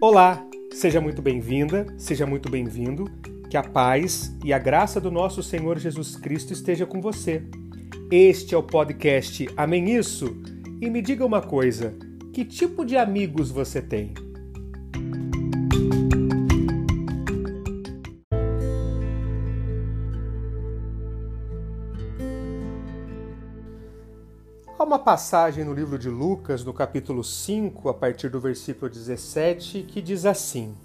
Olá, seja muito bem-vinda, seja muito bem-vindo, que a paz e a graça do nosso Senhor Jesus Cristo esteja com você. Este é o podcast Amém Isso? E me diga uma coisa, que tipo de amigos você tem? Há uma passagem no livro de Lucas, no capítulo 5, a partir do versículo 17, que diz assim: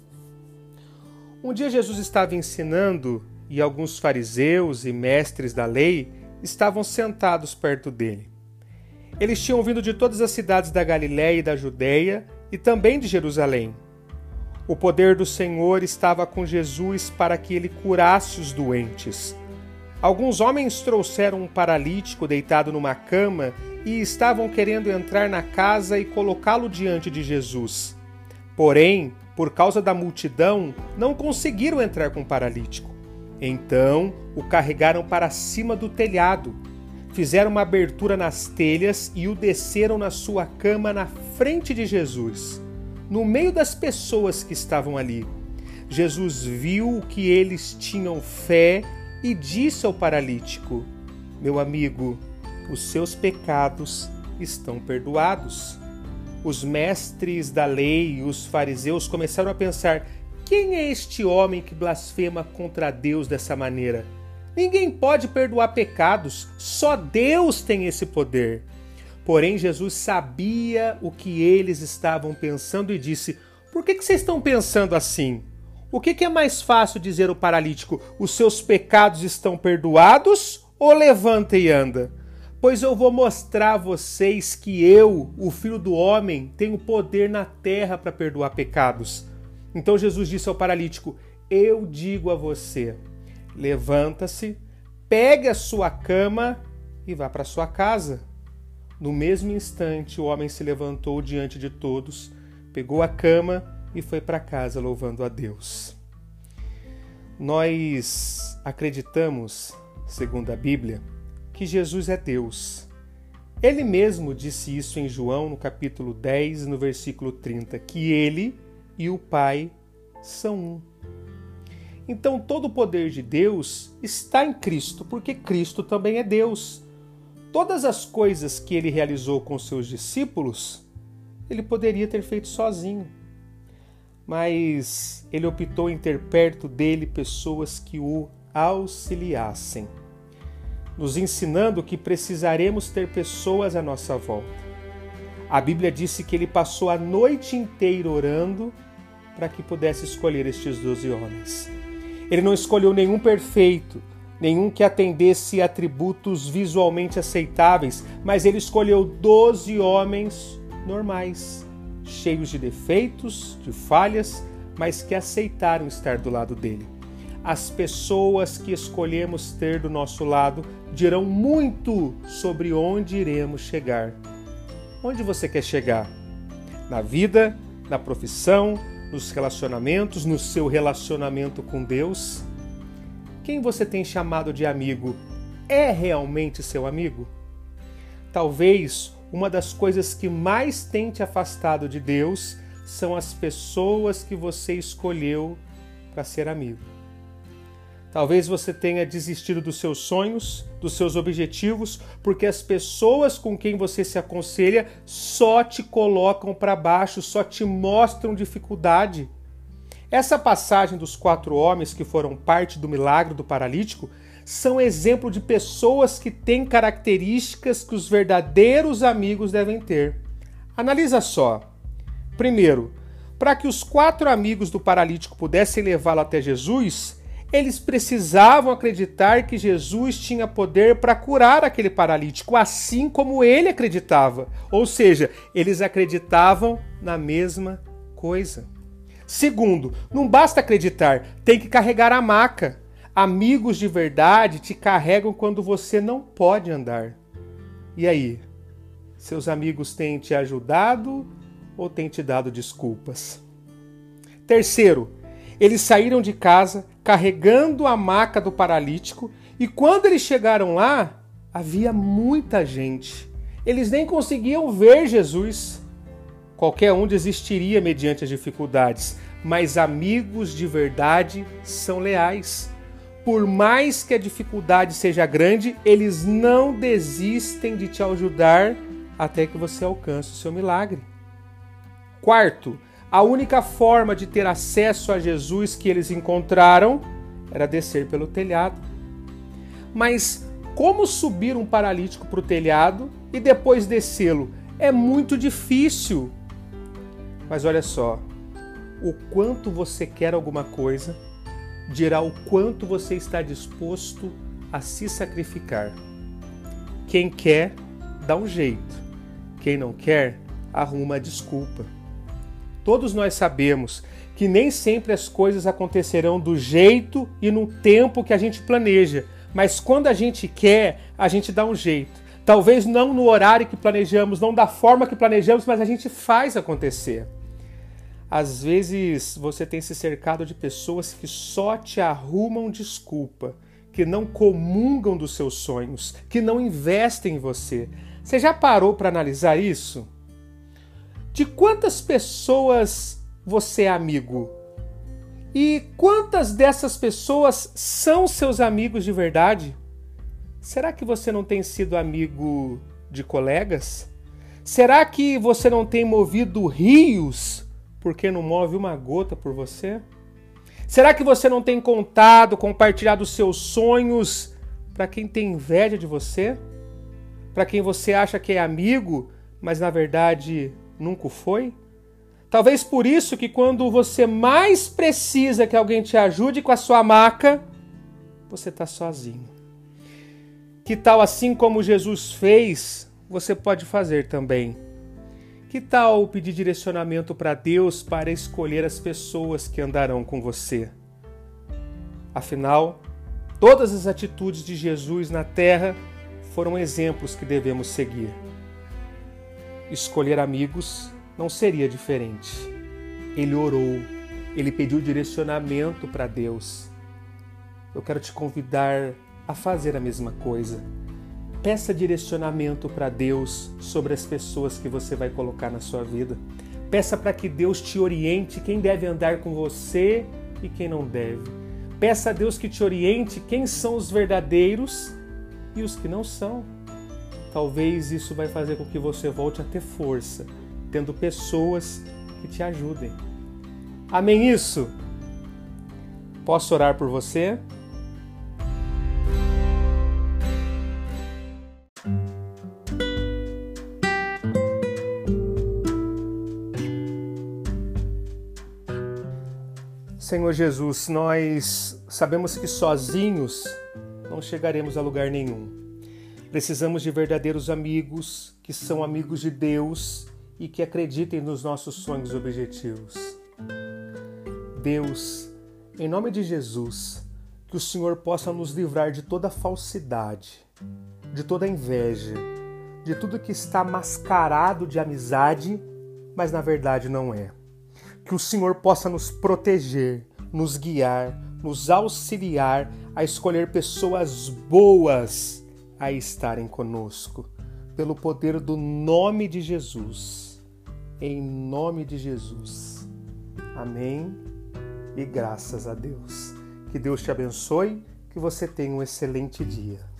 Um dia Jesus estava ensinando e alguns fariseus e mestres da lei estavam sentados perto dele. Eles tinham vindo de todas as cidades da Galiléia e da Judeia e também de Jerusalém. O poder do Senhor estava com Jesus para que ele curasse os doentes. Alguns homens trouxeram um paralítico deitado numa cama e estavam querendo entrar na casa e colocá-lo diante de Jesus. Porém, por causa da multidão, não conseguiram entrar com o paralítico. Então, o carregaram para cima do telhado. Fizeram uma abertura nas telhas e o desceram na sua cama na frente de Jesus, no meio das pessoas que estavam ali. Jesus viu que eles tinham fé e disse ao paralítico: Meu amigo, os seus pecados estão perdoados. Os mestres da lei e os fariseus começaram a pensar: quem é este homem que blasfema contra Deus dessa maneira? Ninguém pode perdoar pecados, só Deus tem esse poder. Porém, Jesus sabia o que eles estavam pensando e disse: Por que vocês estão pensando assim? O que é mais fácil dizer ao paralítico: os seus pecados estão perdoados, ou levanta e anda? Pois eu vou mostrar a vocês que eu, o Filho do Homem, tenho poder na terra para perdoar pecados. Então Jesus disse ao paralítico: Eu digo a você, levanta-se, pegue a sua cama e vá para sua casa. No mesmo instante, o homem se levantou diante de todos, pegou a cama e foi para casa louvando a Deus. Nós acreditamos, segundo a Bíblia, que Jesus é Deus. Ele mesmo disse isso em João, no capítulo 10, no versículo 30, que ele e o Pai são um. Então todo o poder de Deus está em Cristo, porque Cristo também é Deus. Todas as coisas que ele realizou com seus discípulos, ele poderia ter feito sozinho. Mas ele optou em ter perto dele pessoas que o auxiliassem, nos ensinando que precisaremos ter pessoas à nossa volta. A Bíblia disse que ele passou a noite inteira orando para que pudesse escolher estes 12 homens. Ele não escolheu nenhum perfeito, nenhum que atendesse atributos visualmente aceitáveis, mas ele escolheu 12 homens normais, cheios de defeitos, de falhas, mas que aceitaram estar do lado dele. As pessoas que escolhemos ter do nosso lado dirão muito sobre onde iremos chegar. Onde você quer chegar? Na vida, na profissão, nos relacionamentos, no seu relacionamento com Deus? Quem você tem chamado de amigo é realmente seu amigo? Talvez uma das coisas que mais tem te afastado de Deus são as pessoas que você escolheu para ser amigo. Talvez você tenha desistido dos seus sonhos, dos seus objetivos, porque as pessoas com quem você se aconselha só te colocam para baixo, só te mostram dificuldade. Essa passagem dos 4 homens que foram parte do milagre do paralítico são exemplo de pessoas que têm características que os verdadeiros amigos devem ter. Analisa só. Primeiro, para que os 4 amigos do paralítico pudessem levá-lo até Jesus, eles precisavam acreditar que Jesus tinha poder para curar aquele paralítico, assim como ele acreditava. Ou seja, eles acreditavam na mesma coisa. Segundo, não basta acreditar, tem que carregar a maca. Amigos de verdade te carregam quando você não pode andar. E aí? Seus amigos têm te ajudado ou têm te dado desculpas? Terceiro, eles saíram de casa carregando a maca do paralítico e quando eles chegaram lá, havia muita gente. Eles nem conseguiam ver Jesus. Qualquer um desistiria mediante as dificuldades, mas amigos de verdade são leais. Por mais que a dificuldade seja grande, eles não desistem de te ajudar até que você alcance o seu milagre. Quarto, a única forma de ter acesso a Jesus que eles encontraram era descer pelo telhado. Mas como subir um paralítico para o telhado e depois descê-lo? É muito difícil. Mas olha só, o quanto você quer alguma coisa dirá o quanto você está disposto a se sacrificar. Quem quer, dá um jeito. Quem não quer, arruma a desculpa. Todos nós sabemos que nem sempre as coisas acontecerão do jeito e no tempo que a gente planeja, mas quando a gente quer, a gente dá um jeito. Talvez não no horário que planejamos, não da forma que planejamos, mas a gente faz acontecer. Às vezes você tem se cercado de pessoas que só te arrumam desculpa, que não comungam dos seus sonhos, que não investem em você. Você já parou para analisar isso? De quantas pessoas você é amigo? E quantas dessas pessoas são seus amigos de verdade? Será que você não tem sido amigo de colegas? Será que você não tem movido rios porque não move uma gota por você? Será que você não tem contado, compartilhado seus sonhos para quem tem inveja de você? Para quem você acha que é amigo, mas na verdade nunca o foi? Talvez por isso que quando você mais precisa que alguém te ajude com a sua maca, você está sozinho. Que tal, assim como Jesus fez, você pode fazer também? Que tal pedir direcionamento para Deus para escolher as pessoas que andarão com você? Afinal, todas as atitudes de Jesus na terra foram exemplos que devemos seguir. Escolher amigos não seria diferente. Ele orou, ele pediu direcionamento para Deus. Eu quero te convidar a fazer a mesma coisa. Peça direcionamento para Deus sobre as pessoas que você vai colocar na sua vida. Peça para que Deus te oriente quem deve andar com você e quem não deve. Peça a Deus que te oriente quem são os verdadeiros e os que não são. Talvez isso vai fazer com que você volte a ter força, tendo pessoas que te ajudem. Amém isso? Posso orar por você? Senhor Jesus, nós sabemos que sozinhos não chegaremos a lugar nenhum. Precisamos de verdadeiros amigos, que são amigos de Deus e que acreditem nos nossos sonhos e objetivos. Deus, em nome de Jesus, que o Senhor possa nos livrar de toda falsidade, de toda inveja, de tudo que está mascarado de amizade, mas na verdade não é. Que o Senhor possa nos proteger, nos guiar, nos auxiliar a escolher pessoas boas a estarem conosco, pelo poder do nome de Jesus. Em nome de Jesus. Amém e graças a Deus. Que Deus te abençoe, que você tenha um excelente dia.